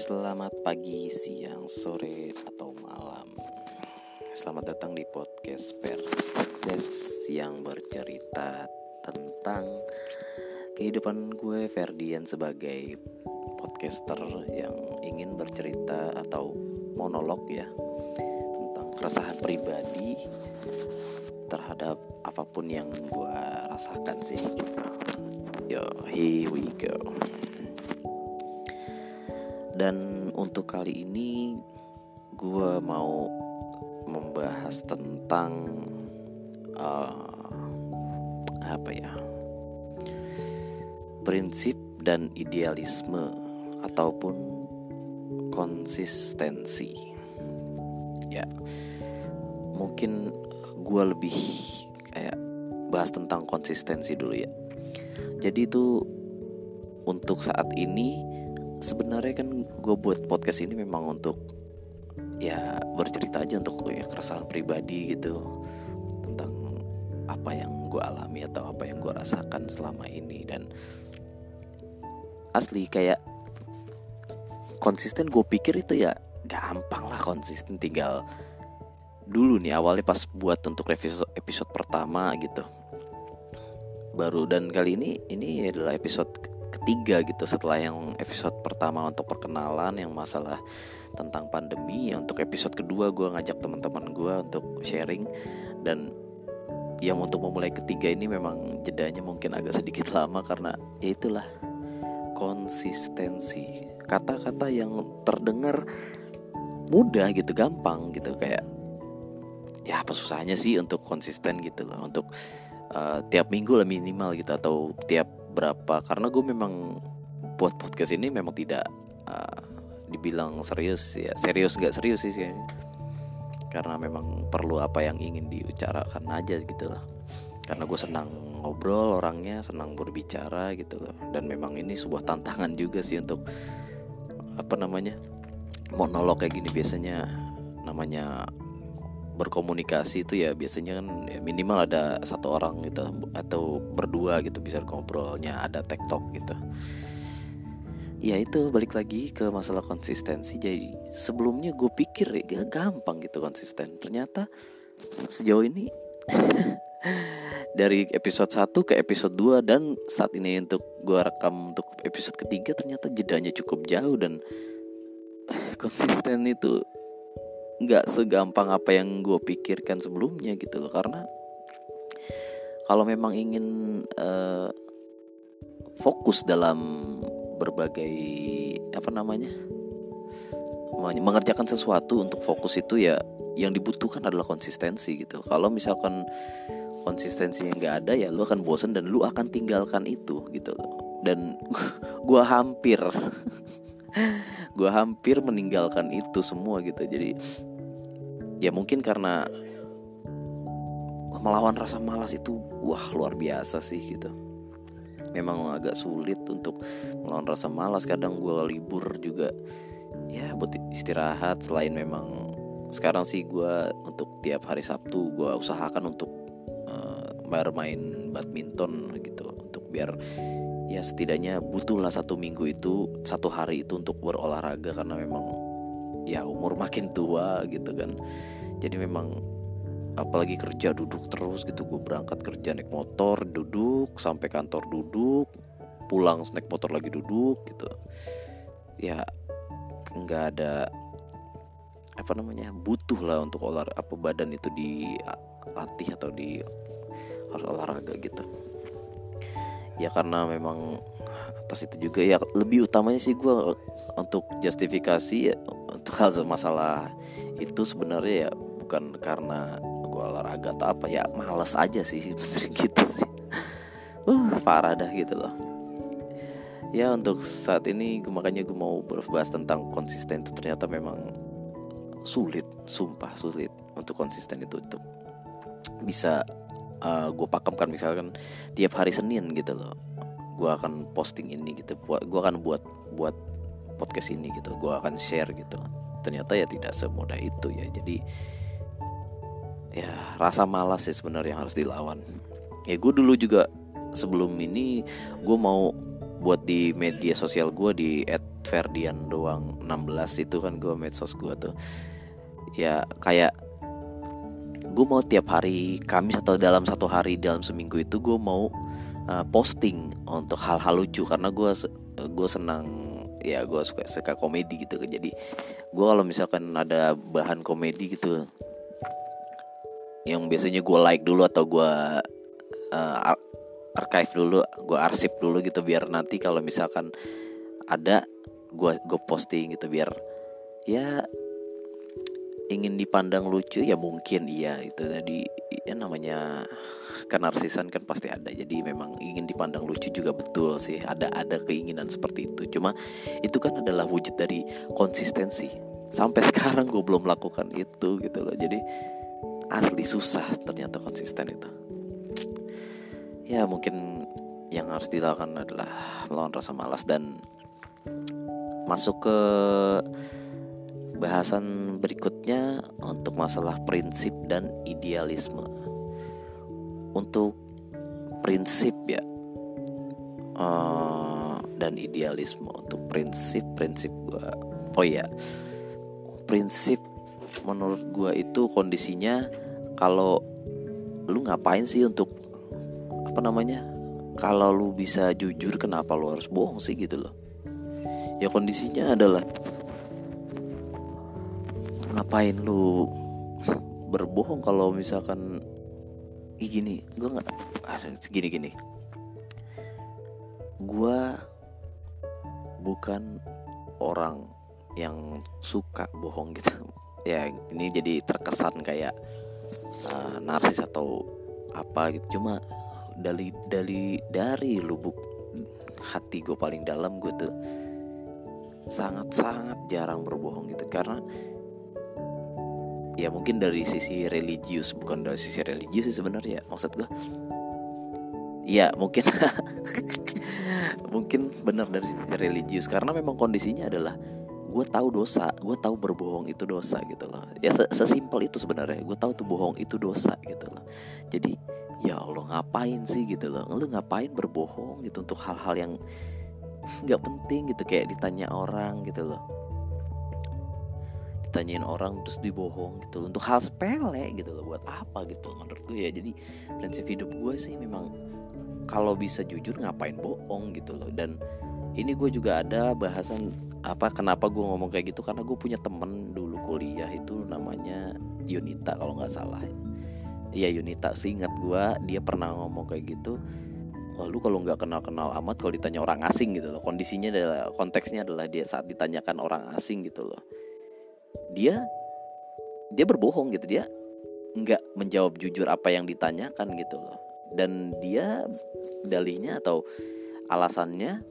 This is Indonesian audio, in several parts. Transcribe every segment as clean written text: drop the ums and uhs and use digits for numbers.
Selamat pagi, siang, sore, atau malam. Selamat datang di podcast yang bercerita tentang kehidupan gue, Ferdian, sebagai podcaster yang ingin bercerita atau monolog ya, tentang keresahan pribadi terhadap apapun yang gue rasakan sih. Yo, here we go. Dan untuk kali ini gue mau membahas tentang prinsip dan idealisme ataupun konsistensi. Ya, mungkin gue lebih kayak bahas tentang konsistensi dulu ya. Jadi itu untuk saat ini sebenarnya kan gue buat podcast ini memang untuk ya bercerita aja, untuk ya keresahan pribadi gitu tentang apa yang gue alami atau apa yang gue rasakan selama ini. Dan asli kayak konsisten, gue pikir itu ya gampang lah konsisten, tinggal dulu nih awalnya pas buat untuk episode pertama gitu baru, dan kali ini adalah episode ketiga gitu setelah yang episode pertama untuk perkenalan yang masalah tentang pandemi. Untuk episode kedua gue ngajak teman-teman gue untuk sharing, dan yang untuk memulai ketiga ini memang jedanya mungkin agak sedikit lama karena ya itulah konsistensi, kata-kata yang terdengar mudah gitu, gampang gitu, kayak ya apa susahnya sih untuk konsisten gitu loh, untuk tiap minggu lah minimal gitu, atau tiap berapa. Karena gue memang buat podcast ini memang tidak dibilang serius ya, serius nggak serius sih, karena memang perlu apa yang ingin diucarakan aja gitu loh. Karena gue senang ngobrol orangnya, senang berbicara gitu loh, dan memang ini sebuah tantangan juga sih untuk monolog kayak gini. Biasanya namanya berkomunikasi itu ya biasanya kan ya minimal ada satu orang gitu atau berdua gitu bisa ngobrolnya, ada tektok gitu. Ya itu balik lagi ke masalah konsistensi. Jadi sebelumnya gue pikir ya gampang gitu konsisten, ternyata sejauh ini dari episode 1 ke episode 2 dan saat ini untuk gue rekam untuk episode ketiga, ternyata jedanya cukup jauh. Dan konsisten itu gak segampang apa yang gue pikirkan sebelumnya gitu loh. Karena kalau memang ingin fokus dalam berbagai mengerjakan sesuatu, untuk fokus itu ya yang dibutuhkan adalah konsistensi gitu. Kalau misalkan konsistensi yang gak ada, ya lu akan bosan dan lu akan tinggalkan itu gitu loh. Dan gue hampir meninggalkan itu semua gitu. Jadi ya mungkin karena melawan rasa malas itu luar biasa sih gitu. Memang agak sulit untuk melawan rasa malas. Kadang gue libur juga ya buat istirahat. Selain memang sekarang sih gue untuk tiap hari Sabtu gue usahakan untuk bermain badminton gitu, untuk biar ya setidaknya butuhlah satu hari itu untuk berolahraga. Karena memang ya umur makin tua gitu kan. Jadi memang apalagi kerja duduk terus gitu. Gue berangkat kerja naik motor duduk, sampai kantor duduk, pulang naik motor lagi duduk gitu. Ya nggak ada butuh lah untuk badan itu dilatih atau harus olahraga gitu. Ya karena memang atas itu juga ya, lebih utamanya sih gue untuk justifikasi ya, untuk hal masalah itu sebenarnya ya bukan karena gue olahraga atau apa, ya malas aja sih bener gitu sih. Parah dah gitu loh. Ya untuk saat ini makanya gue mau berbahas tentang konsisten. Itu ternyata memang sulit, sumpah sulit untuk konsisten itu untuk bisa gue pakamkan. Misalkan tiap hari Senin gitu loh, gue akan posting ini gitu, gue akan buat podcast ini gitu, gue akan share gitu. Ternyata ya tidak semudah itu ya. Jadi ya rasa malas sih sebenarnya yang harus dilawan. Ya gue dulu juga sebelum ini gue mau buat di media sosial gue di Ferdian doang 16 itu kan gue medsos gue tuh. Ya kayak gue mau tiap hari Kamis atau dalam satu hari dalam seminggu itu gue mau posting untuk hal-hal lucu karena gue senang, ya gue suka komedi gitu. Jadi gue kalau misalkan ada bahan komedi gitu yang biasanya gue like dulu atau gue archive dulu, gue arsip dulu gitu biar nanti kalau misalkan ada gue posting gitu biar ya ingin dipandang lucu ya mungkin iya itu tadi ya namanya kenarsisan kan pasti ada. Jadi memang ingin dipandang lucu juga betul sih, ada keinginan seperti itu. Cuma itu kan adalah wujud dari konsistensi. Sampai sekarang gue belum melakukan itu gitu loh. Jadi asli susah ternyata konsisten itu. Ya mungkin yang harus dilakukan adalah melawan rasa malas dan masuk ke bahasan berikutnya untuk masalah prinsip dan idealisme. Untuk prinsip ya dan idealisme. Untuk prinsip gue, oh ya, prinsip menurut gue itu kondisinya kalau lu ngapain sih untuk kalau lu bisa jujur kenapa lu harus bohong sih gitu loh. Ya kondisinya adalah ngapain lu berbohong kalau misalkan gini, gue nggak gini, gue bukan orang yang suka bohong gitu. Ya ini jadi terkesan kayak narsis atau apa gitu. Cuma dari lubuk hati gue paling dalam, gue tuh sangat jarang berbohong gitu. Karena ya mungkin dari sisi religius, bukan dari sisi religius sih sebenarnya. Maksud gue ya mungkin mungkin benar dari sisi religius, karena memang kondisinya adalah gue tahu dosa, gue tahu berbohong itu dosa gitu loh. Ya sesimpel itu sebenarnya. Gue tahu tuh bohong itu dosa gitu loh. Jadi ya Allah, ngapain sih gitu loh. Lu ngapain berbohong gitu untuk hal-hal yang nggak penting gitu, kayak ditanya orang gitu loh, ditanyain orang terus dibohong gitu untuk hal sepele gitu loh. Buat apa gitu menurut gue ya. Jadi prinsip hidup gue sih memang kalau bisa jujur ngapain bohong gitu loh. Dan ini gue juga ada bahasan kenapa gue ngomong kayak gitu, karena gue punya temen dulu kuliah itu namanya Yunita kalau nggak salah. Iya Yunita, seingat gue dia pernah ngomong kayak gitu. Lalu kalau nggak kenal amat kalau ditanya orang asing gitu loh. Konteksnya adalah dia saat ditanyakan orang asing gitu loh, dia berbohong gitu. Dia nggak menjawab jujur apa yang ditanyakan gitu loh. Dan dia dalihnya atau alasannya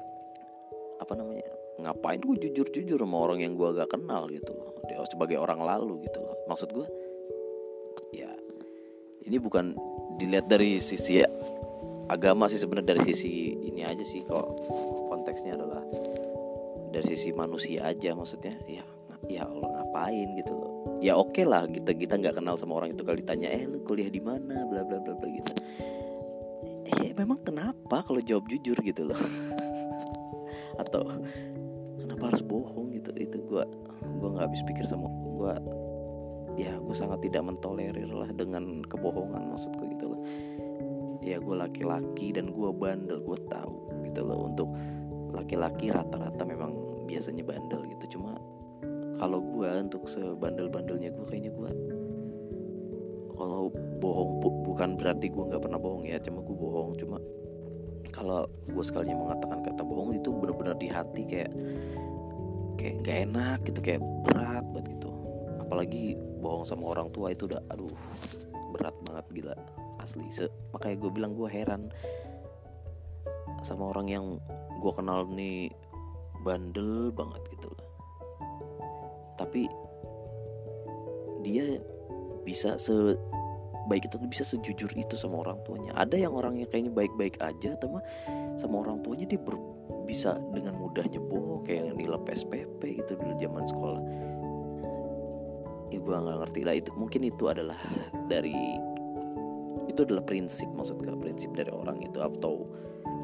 ngapain gue jujur sama orang yang gue gak kenal gitu loh, dia sebagai orang lalu gitu loh. Maksud gue ya ini bukan dilihat dari sisi agama sih sebenarnya, dari sisi ini aja sih. Kok konteksnya adalah dari sisi manusia aja. Maksudnya ya Allah ngapain gitu loh. Ya oke lah, kita nggak kenal sama orang itu, kalau ditanya lu kuliah di mana bla bla bla gitu, ya memang kenapa kalau jawab jujur gitu loh. Atau kenapa harus bohong gitu. Itu gue nggak habis pikir sama gue. Ya gue sangat tidak mentolerir lah dengan kebohongan, maksud gue gitu loh. Ya gue laki-laki dan gue bandel, gue tahu gitu loh. Untuk laki-laki rata-rata memang biasanya bandel gitu. Cuma kalau gue untuk sebandel-bandelnya gue, kayaknya gue kalau bohong bukan berarti gue nggak pernah bohong ya. Cuma gue bohong, cuma kalau gue sekalinya mengatakan kata bohong itu benar-benar di hati, kayak nggak enak gitu, kayak berat banget gitu. Apalagi bohong sama orang tua itu udah berat banget gila asli. Makanya gue bilang gue heran sama orang yang gue kenal nih bandel banget gitu loh, tapi dia bisa baik itu bisa sejujur itu sama orang tuanya. Ada yang orangnya kayaknya baik-baik aja, tapi sama orang tuanya dia bisa dengan mudahnya bohong, kayak nilai SPP gitu dulu zaman sekolah. Ya gue nggak ngerti lah, itu mungkin itu adalah prinsip, maksud gue prinsip dari orang itu, atau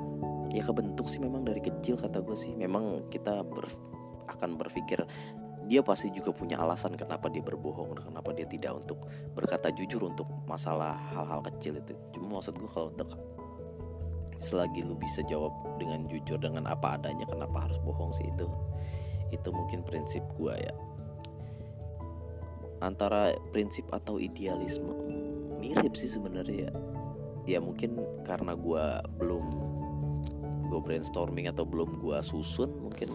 ya kebentuk sih memang dari kecil, kata gue sih. Memang kita akan berpikir dia pasti juga punya alasan kenapa dia berbohong, kenapa dia tidak untuk berkata jujur untuk masalah hal-hal kecil itu. Cuma maksud gue kalau selagi lu bisa jawab dengan jujur dengan apa adanya, kenapa harus bohong sih? Itu mungkin prinsip gue ya. Antara prinsip atau idealisme mirip sih sebenarnya ya. Mungkin karena gue brainstorming atau belum gue susun, mungkin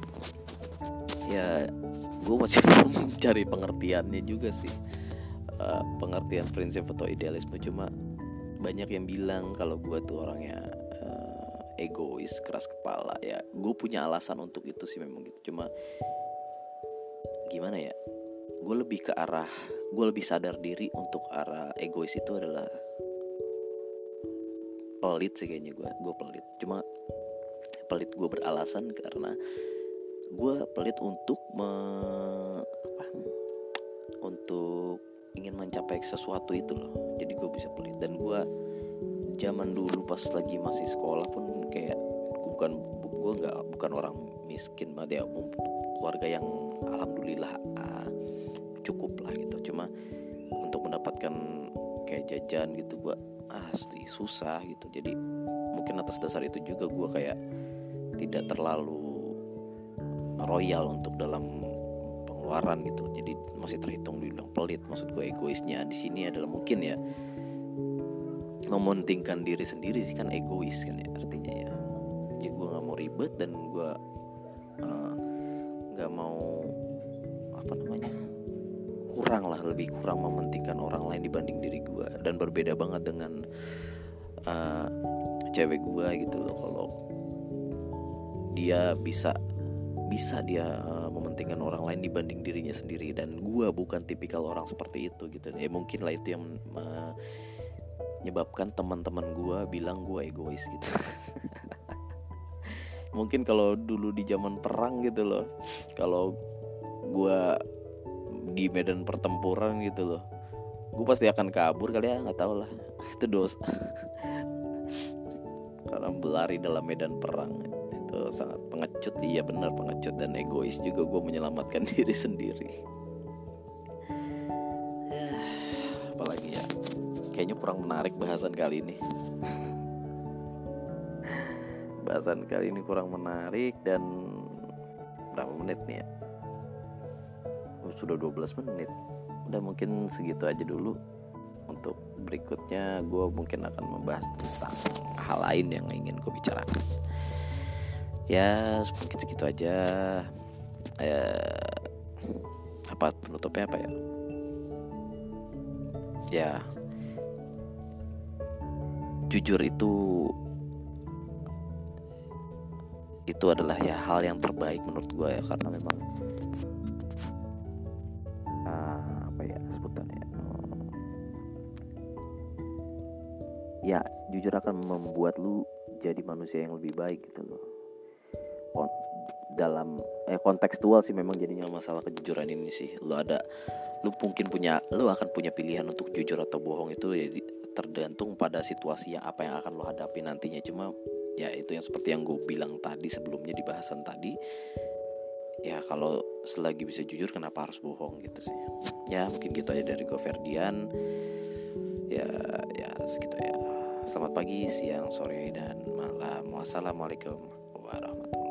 ya gue masih belum mencari pengertiannya juga sih, pengertian prinsip atau idealisme. Cuma banyak yang bilang kalau gue tuh orangnya egois, keras kepala. Ya gue punya alasan untuk itu sih memang gitu. Cuma gimana ya, gue lebih sadar diri untuk arah egois itu adalah pelit sih kayaknya. Gue pelit. Cuma pelit gue beralasan karena gue pelit untuk untuk ingin mencapai sesuatu itu loh. Jadi gue bisa pelit. Dan gue zaman dulu pas lagi masih sekolah pun kayak bukan orang miskin banget ya, keluarga yang alhamdulillah cukup lah gitu. Cuma untuk mendapatkan kayak jajan gitu gue asli susah gitu. Jadi mungkin atas dasar itu juga gue kayak tidak terlalu royal untuk dalam pengeluaran gitu. Jadi masih terhitung dibilang pelit. Maksud gue egoisnya di sini adalah mungkin ya mementingkan diri sendiri sih, kan egois kan ya artinya ya. Jadi gue nggak mau ribet dan gue nggak mau lebih kurang mementingkan orang lain dibanding diri gue. Dan berbeda banget dengan cewek gue gitu loh. Kalau dia bisa dia mementingkan orang lain dibanding dirinya sendiri, dan gue bukan tipikal orang seperti itu gitu ya. Mungkin lah itu yang menyebabkan teman-teman gue bilang gue egois gitu. Mungkin kalau dulu di zaman perang gitu loh, kalau gue di medan pertempuran gitu loh, gue pasti akan kabur kali ya, nggak tahu lah. Itu dosa. Karena berlari dalam medan perang itu sangat pengecut. Iya benar, pengecut dan egois juga. Gue menyelamatkan diri sendiri. Apalagi ya, kayaknya kurang menarik bahasan kali ini. Bahasan kali ini kurang menarik. Dan berapa menit nih ya? Sudah 12 menit. Udah mungkin segitu aja dulu. Untuk berikutnya gue mungkin akan membahas tentang hal lain yang ingin gue bicarakan. Ya mungkin segitu aja. Apa penutupnya apa ya? Ya jujur itu adalah ya hal yang terbaik menurut gue ya. Karena memang ya jujur akan membuat lu jadi manusia yang lebih baik gitu loh. Dalam kontekstual sih memang jadinya masalah kejujuran ini sih. Lu akan punya pilihan untuk jujur atau bohong. Itu ya tergantung pada situasi apa yang akan lu hadapi nantinya. Cuma ya itu yang seperti yang gue bilang tadi sebelumnya di bahasan tadi. Ya kalau selagi bisa jujur, kenapa harus bohong gitu sih. Ya mungkin gitu aja dari gue, Ferdian. Ya segitu ya. Selamat pagi, siang, sore, dan malam. Wassalamualaikum warahmatullahi wabarakatuh.